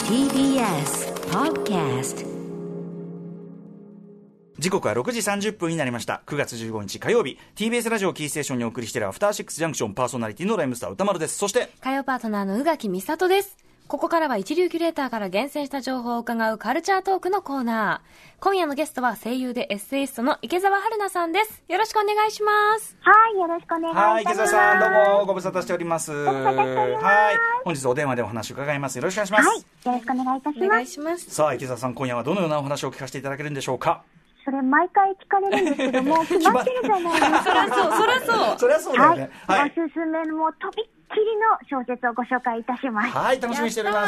TBS Podcast。 時刻は6時30分になりました。9月15日火曜日、 TBS ラジオキーステーションにお送りしているアフターシックスジャンクション、パーソナリティのライムスター歌丸です。そして火曜パートナーの宇垣美里です。ここからは一流キュレーターから厳選した情報を伺うカルチャートークのコーナー。今夜のゲストは声優でエッセイストの池澤春菜さんです。よろしくお願いします。 はい、よろしくお願いします。 はい、池澤さんどうもご無沙汰しております。 ご無沙汰しております。 はい、本日お電話でお話を伺います。よろしくお願いします。 はい、よろしくお願いいたします。 お願いします。 さあ池澤さん、今夜はどのようなお話を聞かせていただけるんでしょうか。 それ毎回聞かれるんですけども、決まってるじゃないですか。 そりゃそうそりゃそうそりゃそうだよね。 はい、 はい、 おすすめのもうとびっきりの小説をご紹介いたします。 はい、楽しみにしております。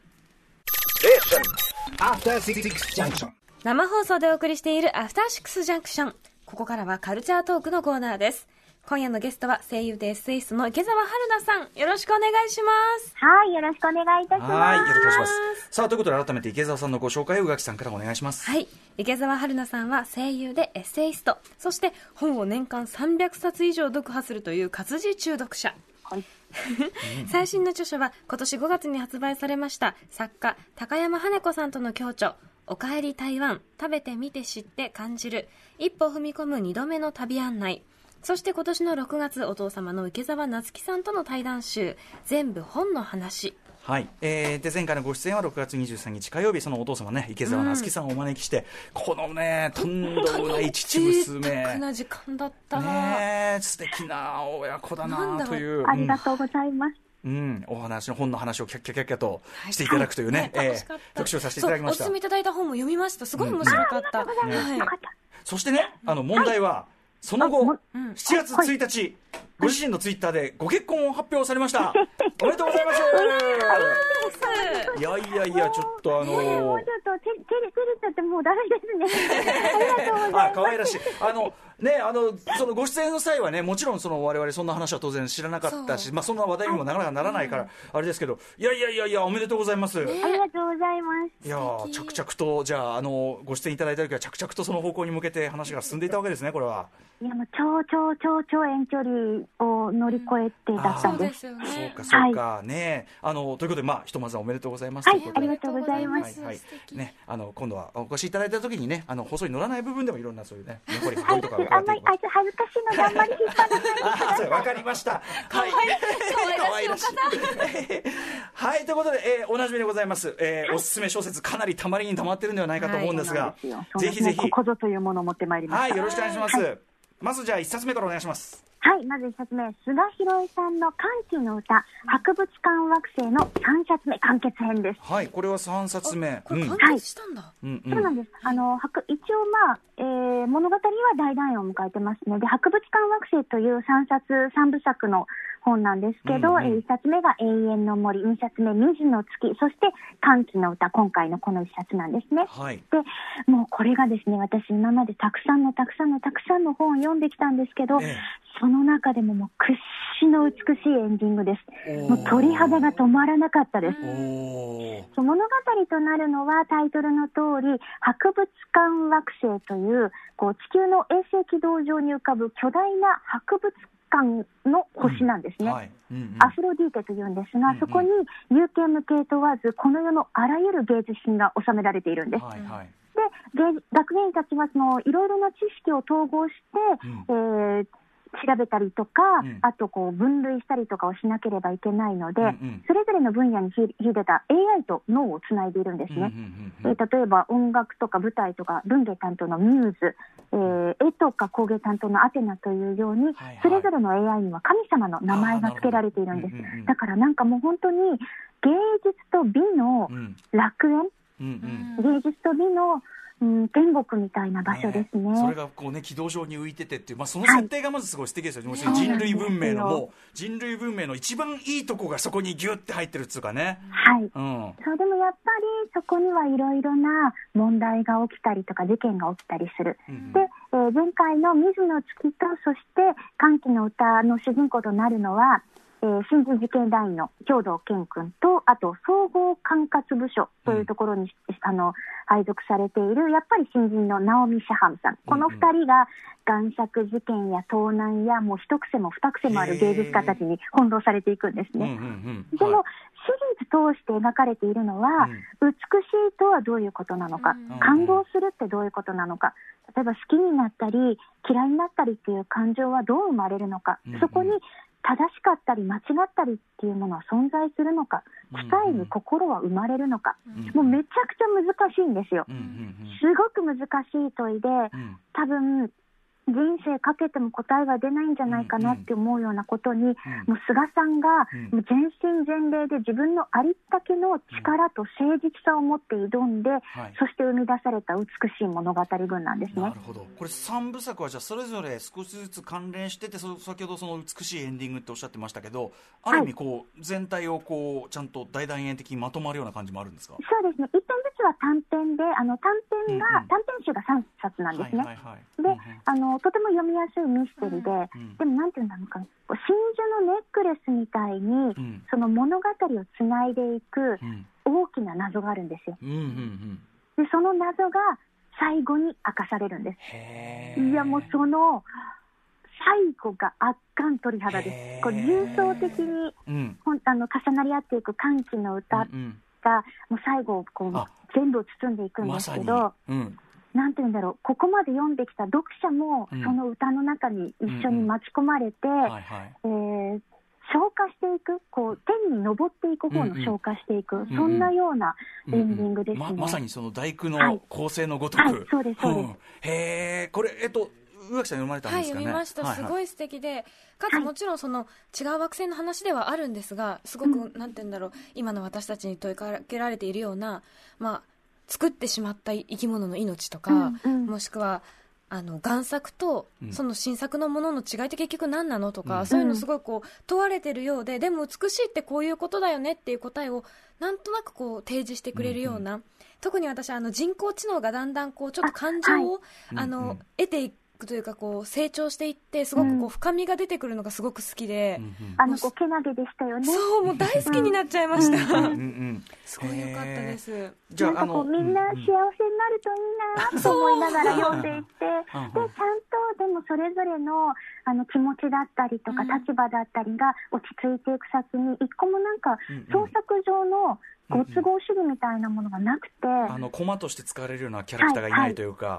生放送でお送りしているアフターシックスジャンクション。ここからはカルチャートークのコーナーです。今夜のゲストは声優でエッセイストの池澤春菜さん、よろしくお願いします。 はい、よろしくお願いいたします。 はい、よろしくお願いします。さあ、ということで改めて池澤さんのご紹介を宇垣さんからお願いします。 はい、池澤春菜さんは声優でエッセイスト、そして本を年間300冊以上読破するという活字中毒者。 はい最新の著書は今年5月に発売されました作家高山羽子さんとの共著、おかえり台湾、食べてみて知って感じる、一歩踏み込む2度目の旅案内、そして今年の6月お父様の池澤夏樹さんとの対談集、全部本の話。はい、 で前回のご出演は6月23日火曜日、そのお父様ね、池澤夏樹さんをお招きして、このねとんでもない父娘、 贅沢な時間だったね、素敵な親子だなという、 ありがとうございます。 お話の本の話をキャッキャキャッキャとしていただくというね、特集をさせていただきました。 お勧めいただいた本も読みました。すごい面白かった。 そしてね、問題はその後、7月1日、ご自身のツイッターでご結婚を発表されました。おめでとうございます。いやいやいや、ちょっともうちょっと照れちゃってもうダメですね。ありがとうございます。 可愛らしい。そのご出演の際はね、もちろん我々そんな話は当然知らなかったし、そんな話題にもなかなかならないからあれですけど、いやおめでとうございます。 ありがとうございます。 いや着々とじゃあご出演いただいた時は着々とその方向に向けて話が進んでいたわけですね、これは。 いやもう超遠距離を乗り越えてだったんです。 そうかね。ということでひとまずはおめでとうございます。 はい、ありがとうございます。 ね、今度はお越しいただいた時にね、放送に乗らない部分でもいろんなそういうね、残り本とかあんまり恥ずかしいのであんまり引っ張らないでください。 わかりました。はい、可愛らしい。はい、ということで、おなじみでございます。おすすめ小説かなりたまりにたまってるんではないかと思うんですが、ぜひぜひここぞというものを持ってまいりました。 はい、よろしくお願いします。まずじゃあ1冊目からお願いします。 はい、まず1冊目、菅博恵さんの歓喜の歌、博物館惑星の3冊目、完結編です。 はい、これは3冊目。 これ完結したんだ。 そうなんです。一応物語は大団円を迎えてますね。で、博物館惑星という3部作の本なんですけど、1冊目が永遠の森、2冊目水の月、そして歓喜の歌、今回のこの1冊なんですね。 はい、 で、もうこれがですね、私今までたくさんの本を読んできたんですけど、その中でももう屈指の美しいエンディングです。もう鳥肌が止まらなかったです。物語となるのはタイトルの通り、博物館惑星という、地球の衛星軌道上に浮かぶ巨大な博物館の星なんですね。アフロディーテというんですが、そこに有形無形問わずこの世のあらゆる芸術品が収められているんです。で、学芸員たちはそのいろいろな知識を統合して、調べたりとか、あと分類したりとかをしなければいけないので、それぞれの分野に秀でた AI と脳をつないでいるんですね。例えば音楽とか舞台とか文芸担当のミューズ、絵とか工芸担当のアテナというように、それぞれの AI には神様の名前が付けられているんです。だからなんかもう本当に芸術と美の楽園、芸術と美の天国みたいな場所ですね。 それが軌道上に浮いててっていう、その設定がまずすごい素敵ですよね。人類文明の一番いいとこがそこにギュッて入ってるっていうかね。 はい、そうでもやっぱりそこにはいろいろな問題が起きたりとか事件が起きたりする。で、前回の水の月とそして歓喜の歌の主人公となるのは新人事件団員の兵藤健君と、あと総合管轄部署というところに、配属されているやっぱり新人の直美シャハムさん、この2人が贋作事件や盗難やもう一癖も二癖もある芸術家たちに翻弄されていくんですね。でもシリーズ通して描かれているのは、美しいとはどういうことなのか、感動するってどういうことなのか、例えば好きになったり嫌いになったりっていう感情はどう生まれるのか、そこに正しかったり間違ったりっていうものは存在するのか、機械に心は生まれるのか、もうめちゃくちゃ難しいんですよ。すごく難しい問いで、多分人生かけても答えが出ないんじゃないかなって思うようなことに、もう菅さんがもう全身全霊で自分のありったけの力と誠実さを持って挑んで、そして生み出された美しい物語群なんですね。 なるほど。これ3部作はじゃあそれぞれ少しずつ関連してて、先ほどその美しいエンディングっておっしゃってましたけど、ある意味こう全体をこうちゃんと大団円的にまとまるような感じもあるんですか？ そうですね。一編ずつは短編で、短編集が3冊なんですね。で、とても読みやすいミステリーで、でもなんていうんだろうか、真珠のネックレスみたいに、その物語をつないでいく大きな謎があるんですよ。でその謎が最後に明かされるんです。いやもうその最後が圧巻鳥肌です。こう重層的に、重なり合っていく歓喜の歌が、もう最後をこう全部を包んでいくんですけど、なんていうんだろう、ここまで読んできた読者もその歌の中に一緒に巻き込まれて、消化していく、こう天に昇っていく方の消化していく、そんなようなエンディングですね。 まさにその第九の構成のごとく。 そうですそうです。 へえ、これ宇垣さん読まれたんですかね？ 読みました。すごい素敵で、かつもちろんその違う惑星の話ではあるんですが、すごくなんていうんだろう、今の私たちに問いかけられているような、作ってしまった生き物の命とか、もしくは贋作とその新作のものの違いって結局何なのとか、そういうのすごいこう問われてるようで、でも美しいってこういうことだよねっていう答えをなんとなくこう提示してくれるような、特に私人工知能がだんだんこうちょっと感情を得ていくというか、こう成長していって、すごくこう深みが出てくるのがすごく好きで、 けなげでしたよね。 そう、もう大好きになっちゃいました。すごい良かったです。 じゃあみんな幸せになるといいなと思いながら読んでいって、でちゃんとでもそれぞれの気持ちだったりとか立場だったりが落ち着いていく先に、一個もなんか創作上のご都合主義みたいなものがなくて、 コマとして使われるようなキャラクターがいないというか。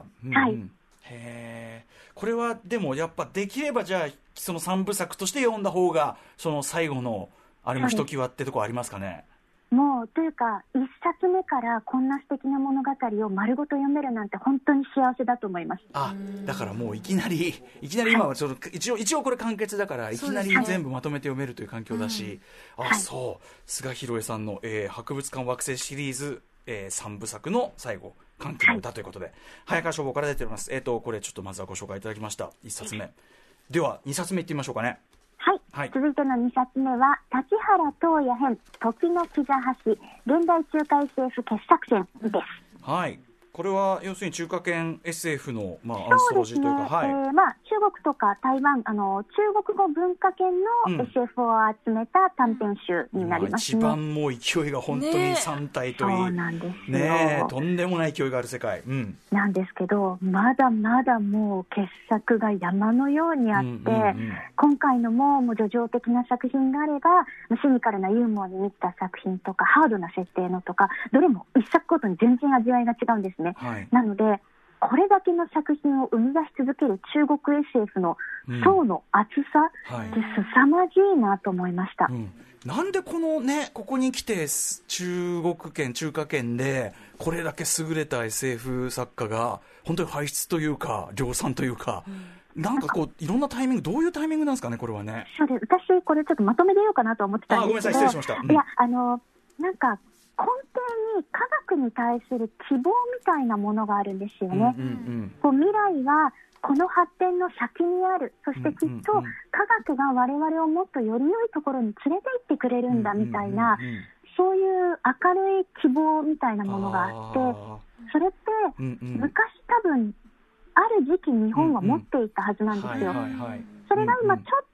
これはでもやっぱできればじゃあその3部作として読んだ方がその最後のあれもひときわってとこありますかね？ もうというか1冊目からこんな素敵な物語を丸ごと読めるなんて本当に幸せだと思います。 だからもういきなり今はちょっと一応これ完結だからいきなり全部まとめて読めるという環境だし、そう菅宏恵さんの、博物館惑星シリーズ、3部作の最後歓喜の歌ということで、早川書房から出ております。これちょっとまずはご紹介いただきました1冊目では2冊目いってみましょうかね。 続いての2冊目は立原東野編時の木座橋現代中華 SF 傑作選です。 これは要するに中華圏 SF の、アンソロジーというか、 中国とか台湾中国語文化圏の SF を集めた短編集になりますね。 一番もう勢いが本当に3体といい、 そうなんですよ、 とんでもない勢いがある世界、 なんですけど、まだまだもう傑作が山のようにあって、今回のもう叙情的な作品があればシニカルなユーモアに満ちた作品とかハードな設定のとか、どれも一作ごとに全然味わいが違うんですね。なのでこれだけの作品を生み出し続ける中国 SF の層の厚さって凄まじいなと思いました。 なんでこのね、ここに来て中華圏でこれだけ優れた SF 作家が本当に輩出というか量産というか、なんかこういろんなタイミング、どういうタイミングなんですかね、これはね。 そうです。私これちょっとまとめてようかなと思ってたんですけど、 ごめんなさい、失礼しました。 いやなんか根底に科学に対する希望みたいなものがあるんですよね。こう未来はこの発展の先にある、そしてきっと科学が我々をもっとより良いところに連れて行ってくれるんだみたいな、そういう明るい希望みたいなものがあって、それって昔多分ある時期日本は持っていたはずなんですよ。それが今ちょっとず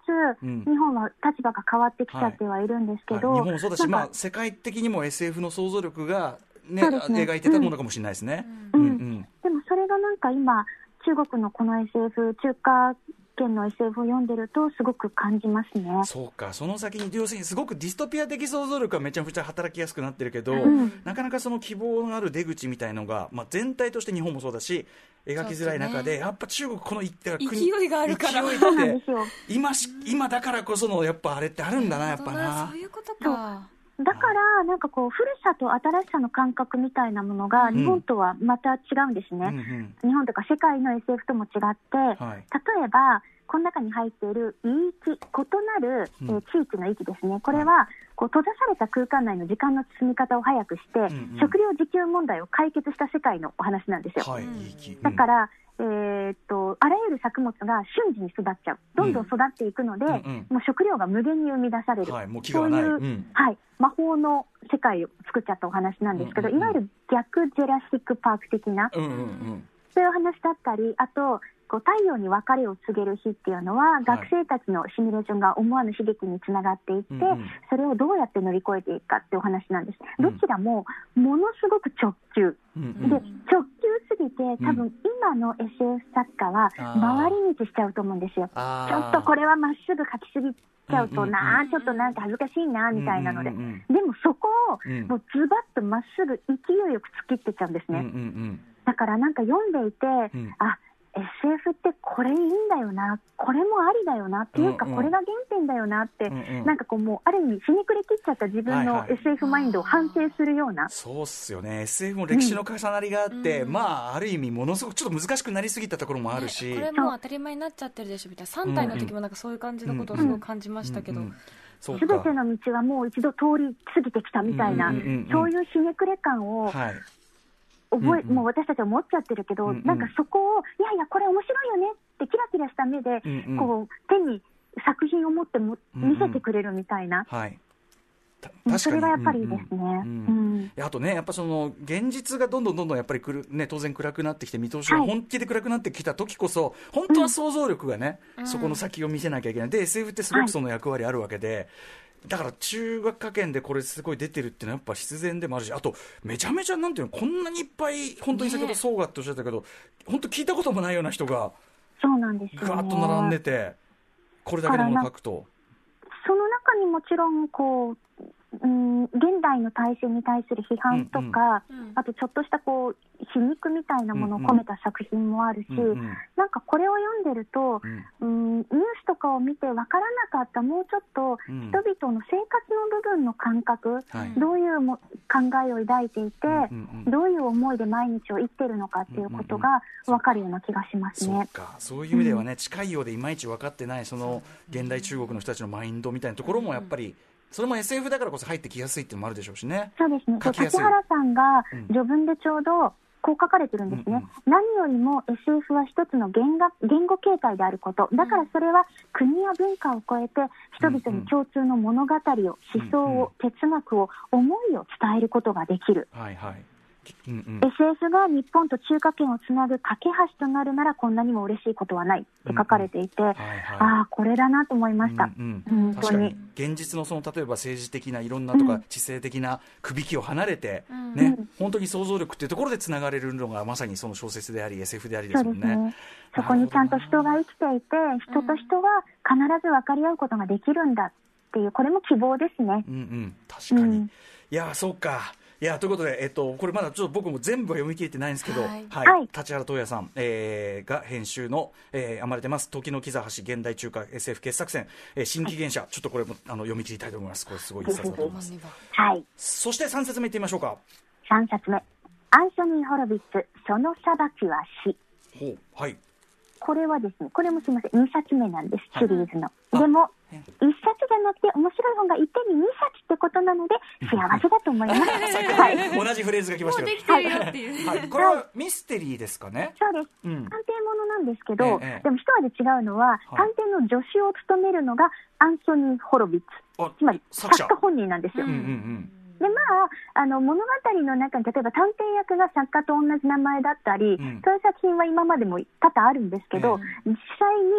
日本は立場が変わってきちゃってはいるんですけど、 日本もそうだし、世界的にも SF の想像力が、描いてたものかもしれないですね。 でもそれがなんか今中国のこの SF、中華圏の SF を読んでるとすごく感じますね。 そうか、その先に要するにすごくディストピア的想像力がめちゃくちゃ働きやすくなってるけど、なかなかその希望のある出口みたいのが、全体として日本もそうだし描きづらい中で、やっぱ中国この勢いがあるから勢いって今だからこそのやっぱあれってあるんだな、やっぱな。 そういうことか。 だからなんかこう古さと新しさの感覚みたいなものが日本とはまた違うんですね。日本とか世界の SF とも違って、例えばこの中に入っている異域、異なる、地域の域ですね。これはこう閉ざされた空間内の時間の進み方を早くして、食料自給問題を解決した世界のお話なんですよ。だからあらゆる作物が瞬時に育っちゃう、どんどん育っていくので、もう食料が無限に生み出される、そういう、魔法の世界を作っちゃったお話なんですけど、いわゆる逆ジェラシックパーク的な、そういう話だったり、あとこう太陽に別れを告げる日っていうのは、学生たちのシミュレーションが思わぬ悲劇につながっていって、それをどうやって乗り越えていくかっていうお話なんです。どちらもものすごく直球、で直球すぎて多分今の SF 作家は回り道しちゃうと思うんですよ。ちょっとこれはまっすぐ書きすぎちゃうとな、ちょっとなんか恥ずかしいなみたいなので、でもそこをもうズバッとまっすぐ勢いよく突きってっちゃうんですね。だからなんか読んでいて、SF ってこれいいんだよな、これもありだよなっていうか、これが原点だよなって、なんかこうもうある意味ひねくれきっちゃった自分の SF マインドを反省するような、 そうっすよね。 SF も歴史の重なりがあって、ある意味ものすごくちょっと難しくなりすぎたところもあるし、 これもう当たり前になっちゃってるでしょみたいな、3体の時もなんかそういう感じのことをすごく感じましたけど、 すべての道はもう一度通り過ぎてきたみたいな、そういうひねくれ感をもう私たちは思っちゃってるけど、なんかそこをいやいやこれ面白いよねってキラキラした目で、こう手に作品を持って見せてくれるみたいな、それがやっぱりいいですね。 あとね、やっぱその現実がどんどんやっぱり当然暗くなってきて、見通しが本気で暗くなってきた時こそ、本当は想像力がね、そこの先を見せなきゃいけない。で SF ってすごくその役割あるわけで、だから中学科研でこれすごい出てるっていうのはやっぱ必然でもあるし、あとめちゃめちゃなんていうの、こんなにいっぱい本当に先ほどそうがっておっしゃったけど、本当聞いたこともないような人がそうなんですよね、 ガーッと並んでて、これだけのものを書くと、 その中にもちろんこう現代の体制に対する批判とか、あとちょっとしたこう皮肉みたいなものを込めた作品もあるし、なんかこれを読んでると、ニュースとかを見て分からなかったもうちょっと人々の生活の部分の感覚、どういう考えを抱いていて、どういう思いで毎日を生きてるのかっていうことが分かるような気がしますね。 そういう意味ではね、近いようでいまいち分かってないその現代中国の人たちのマインドみたいなところもやっぱり、それも SF だからこそ入ってきやすいっていうのもあるでしょうしね。 そうですね。竹原さんが序文でちょうどこう書かれてるんですね。何よりも SF は一つの言語形態であること。だからそれは国や文化を超えて人々に共通の物語を、思想を、哲学を、思いを伝えることができる。SF が日本と中華圏をつなぐ架け橋となるならこんなにも嬉しいことはないって書かれていて、これだなと思いました。 確かに現実のその例えば政治的ないろんなとか地政的なくびきを離れて、本当に想像力っていうところでつながれるのがまさにその小説であり SF でありですもんね。 そこにちゃんと人が生きていて、人と人は必ず分かり合うことができるんだっていう、これも希望ですね。 確かに、いやそうか。いやということで、これまだちょっと僕も全部は読み切れてないんですけど、立原東也さん、が編集の、編まれてます時の木座橋現代中華 SF 傑作選、新紀元者、ちょっとこれも読み切りたいと思います。これすごい一冊だと思います。そして3冊目いってみましょうか。 3冊目、アンソニー・ホロビッツ、その裁きは死。これはですね、これもすみません、2冊目なんです、シリーズの。でも1冊じゃなくて面白い本がいてに2冊ってことなので幸せだと思います。 同じフレーズが来ましたけど、 もうできてるよっていう、 これはミステリーですかね。 そうです、探偵ものなんですけど、でも一味違うのは、探偵の助手を務めるのがアンソニー・ホロビッツ、つまり作家本人なんですよ。で物語の中に例えば探偵役が作家と同じ名前だったり、そういう作品は今までも多々あるんですけど、実際に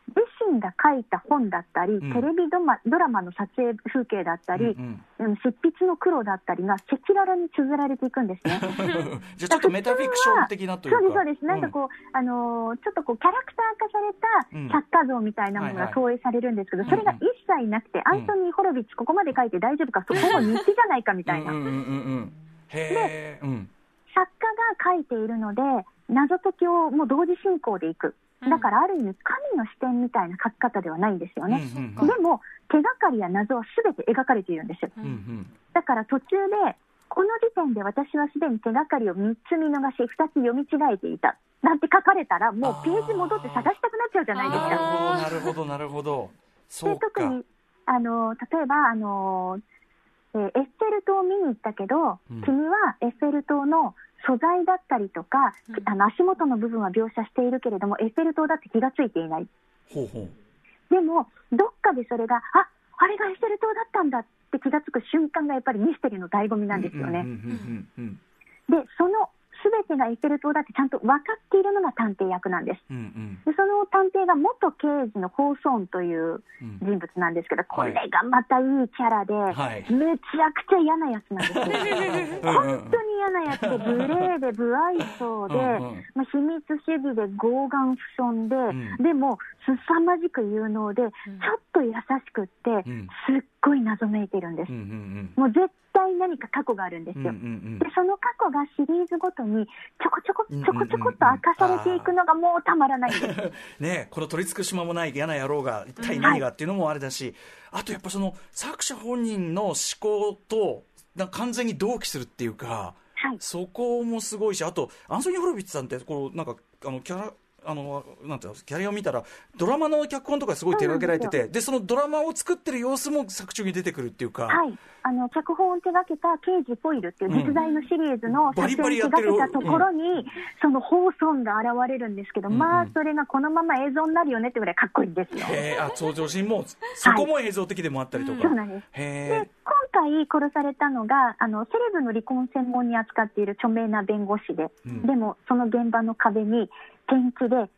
身が書いた本だったり、テレビドラマの撮影風景だったり、執筆の苦労だったりが赤裸々に綴られていくんですね。 じゃあちょっとメタフィクション的なというか。 そうです。なんかこう、ちょっとこうキャラクター化された作家像みたいなものが投影されるんですけど、それが一切なくて、アントニー・ホロビッツここまで書いて大丈夫か、そこも日記じゃないかみたいな。で、作家が書いているので、謎解きをもう同時進行でいく。だからある意味神の視点みたいな書き方ではないんですよね。でも手がかりや謎は全て描かれているんですよ。だから途中でこの時点で私はすでに手がかりを3つ見逃し2つ読み違えていたなんて書かれたら、もうページ戻って探したくなっちゃうじゃないですか。 なるほどなるほど。そうか。で特に例えばエッフェル塔を見に行ったけど、君はエッフェル塔の素材だったりとか、足元の部分は描写しているけれども、エッフェル塔だって気がついていない。でもどっかでそれがあれがエッフェル塔だったんだって気がつく瞬間がやっぱりミステリーの醍醐味なんですよね。でその全てがエッフェル塔だってちゃんと分かっているのが探偵役なんです。でその探偵が元刑事のホーソンという人物なんですけど、これがまたいいキャラで、めちゃくちゃ嫌なやつなんですよ。本当に嫌なやつで、無礼で不愛想で、秘密主義で傲岸不遜で、でも凄まじく有能で、ちょっと優しくって、すっごい謎めいてるんです。もう絶対何か過去があるんですよ。でその過去がシリーズごとにちょこちょこっと明かされていくのがもうたまらないんですね。この取り付く島もない嫌な野郎が一体何がっていうのもあれだし、あとやっぱその作者本人の思考と完全に同期するっていうか、そこもすごいし、あとアンソニー・ホロビッツさんってこうなんかキャラなんていうの、キャリアを見たらドラマの脚本とかすごい手掛けられてて、でそのドラマを作ってる様子も作中に出てくるっていうか、 脚本を手掛けた刑事フォイルっていう実在のシリーズの撮影を手掛けたところに、そのホーソンが現れるんですけど、それがこのまま映像になるよねってぐらいかっこいいんですよ。 登場シーンもそこも映像的でもあったりとか。 そうなんです。で今回殺されたのがセレブの離婚専門に扱っている著名な弁護士で、でもその現場の壁にペンキで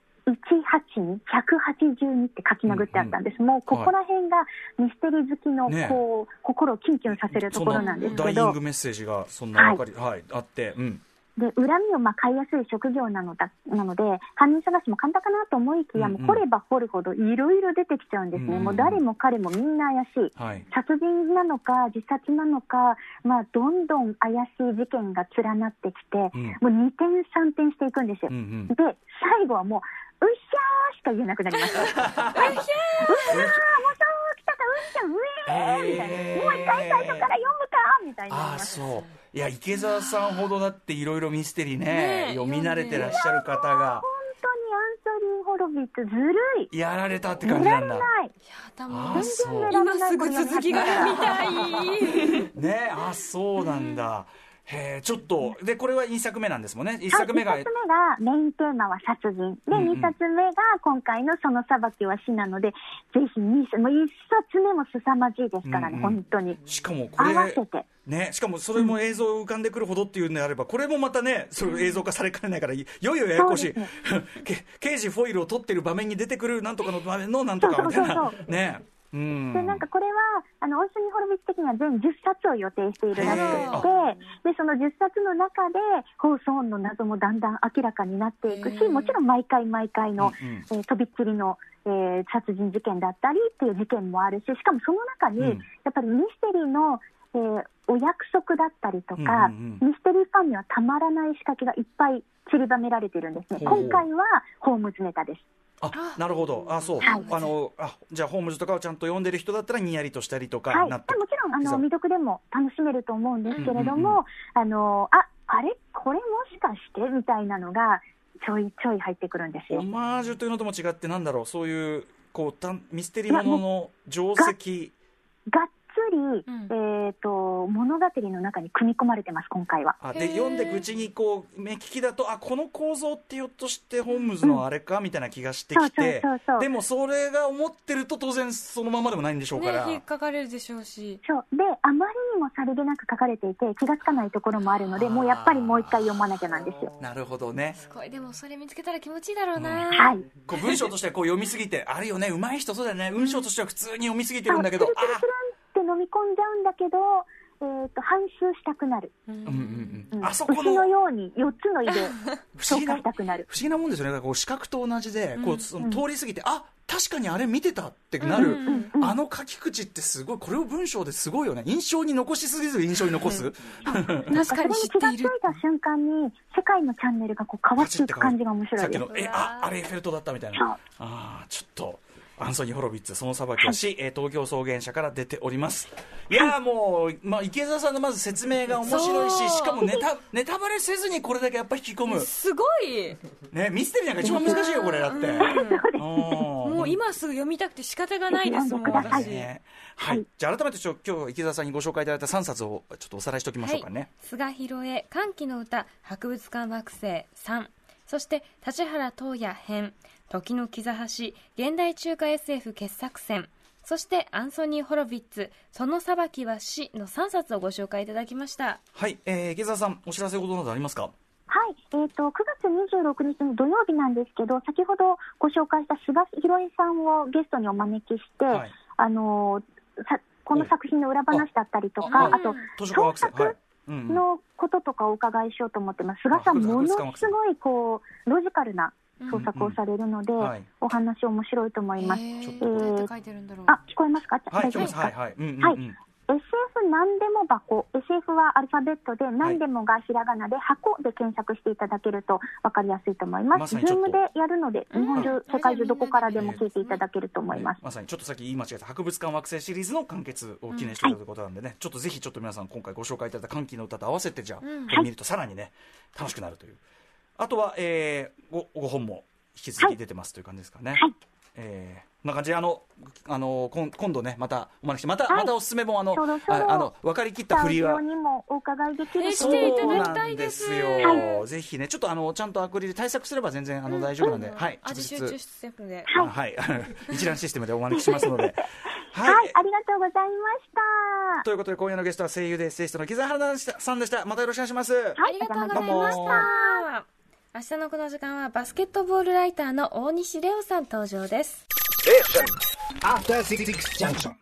182って書き殴ってあったんです。もうここら辺がミステリー好きのこう、心をキュンキュンさせるところなんですけど、 ダイイングメッセージがそんな分かり、あって、 で恨みを買いやすい職業なので犯人探しも簡単かなと思いきや、もう掘れば掘るほどいろいろ出てきちゃうんですね。もう誰も彼もみんな怪しい、殺人なのか自殺なのか、どんどん怪しい事件が連なってきて、もう2点3点していくんですよ。で最後はもううっしゃーしか言えなくなりました。うっしゃー、うっしゃー、もうそう来たか、うっしゃうえーみたいな、もう一回最初から読むかみたいな。 そういや池澤さんほどだっていろいろミステリーね読み慣れてらっしゃる方が、 本当にアンソニー・ホロビッツずるい、 やられたって感じなんだ。 全然今すぐ続きが読みたいね。そうなんだ。ちょっとでこれは1作目なんですもんね。1作目がメインテーマは殺人で、2冊目が今回のその裁きは死なので、ぜひもう1冊目も凄まじいですからね、本当に。 しかもこれ合わせてしかもそれも映像浮かんでくるほどっていうんであれば、これもまたね、それ映像化されかねないから、いよいよややこしい、刑事フォイルを取ってる場面に出てくるなんとかの場面のなんとかみたいなね。でなんかこれはアンソニー・ホロビッツ的には全10冊を予定しているらしくて、でその10冊の中でホーソンの謎もだんだん明らかになっていくし、もちろん毎回の、とびっきりの、殺人事件だったりっていう事件もあるし、しかもその中に、やっぱりミステリーの、お約束だったりとか、ミステリーファンにはたまらない仕掛けがいっぱい散りばめられているんですね。今回はホームズネタです。 なるほど。そう、じゃあホームズとかをちゃんと読んでる人だったらにやりとしたりとかなって、 もちろん未読でも楽しめると思うんですけれども、あれこれもしかしてみたいなのがちょいちょい入ってくるんですよ。 オマージュというのとも違って、なんだろう、そういうこうミステリーものの定石がっり、物語の中に組み込まれてます、今回は。 で読んで口にこう目利きだと、この構造ってひょっとしてホームズのあれか、みたいな気がしてきて、でもそれが思ってると当然そのままでもないんでしょうから、 引っかかれるでしょうし。 そうで、あまりにもさりげなく書かれていて気がつかないところもあるので、もうやっぱりもう一回読まなきゃなんですよ。 なるほどね。 すごい、でもそれ見つけたら気持ちいいだろうな、 はい、 こう文章としてこう読みすぎて、あるよね、上手い人そうだよね、文章としては普通に読みすぎてるんだけど、 スルスルスルンって飲み込んじゃうんだけど、反芻したくなる、 あそこの牛のように4つの胃で消化したくなる。 不思議なもんですよね。こう視覚と同じで、こうその通り過ぎて、確かにあれ見てたってなる、あの書き口ってすごい、これを文章ですごいよね。印象に残しすぎず印象に残す。 確かに知っている。 それに気がついた瞬間に世界のチャンネルがこう変わっていく感じが面白いです。 さっきのあれエッフェル塔だったみたいな。ちょっとアンソニー・ホロビッツ、その裁きは死、東京草原社から出ております。いやもう、池澤さんのまず説明が面白いし、しかもネタバレせずにこれだけやっぱり引き込む。すごいね、ミステリーなんか一番難しいよこれだって。 もう今すぐ読みたくて仕方がないですもん、私。 はい、じゃあ改めて今日池澤さんにご紹介いただいた3冊をちょっとおさらいしておきましょうかね。 菅宏恵歓喜の歌博物館惑星3、そして立原東也編時の兆し現代中華 SF 傑作選、そしてアンソニー・ホロビッツその裁きは死の3冊をご紹介いただきました。 はい、池澤さんお知らせことなどありますか？ はい、9月26日の土曜日なんですけど、先ほどご紹介した菅宏恵さんをゲストにお招きして、この作品の裏話だったりとか、あと創作のこととかお伺いしようと思ってます。菅さんものすごいこうロジカルな創作をされるので、お話面白いと思います。 聞こえますか？ はい、聞こえます。はい。 SF 何でも箱、SF はアルファベットで何でもがひらがなで箱で検索していただけると分かりやすいと思います。ズームでやるので日本中、世界中どこからでも聞いていただけると思います。 まさにちょっとさっき言い間違えた博物館惑星シリーズの完結を記念しているということなんでね、ちょっとぜひ皆さん今回ご紹介いただいた歓喜の歌と合わせてじゃあこれ見るとさらにね楽しくなるという。あとはご本も引き続き出てますという感じですかね。こんな感じで今度ねまたお招きしてまたおすすめも分かりきった振りはにもお伺いできるしていただきたいです。 ぜひねちょっとちゃんとアクリル対策すれば全然大丈夫なんで、 味集中システムで一覧システムでお招きしますのではい、ありがとうございました。 ということで今夜のゲストは声優でエッセイストの木澤春菜さんでした。またよろしくお願いします。 ありがとうございました。明日のこの時間はバスケットボールライターの大西レオさん登場です。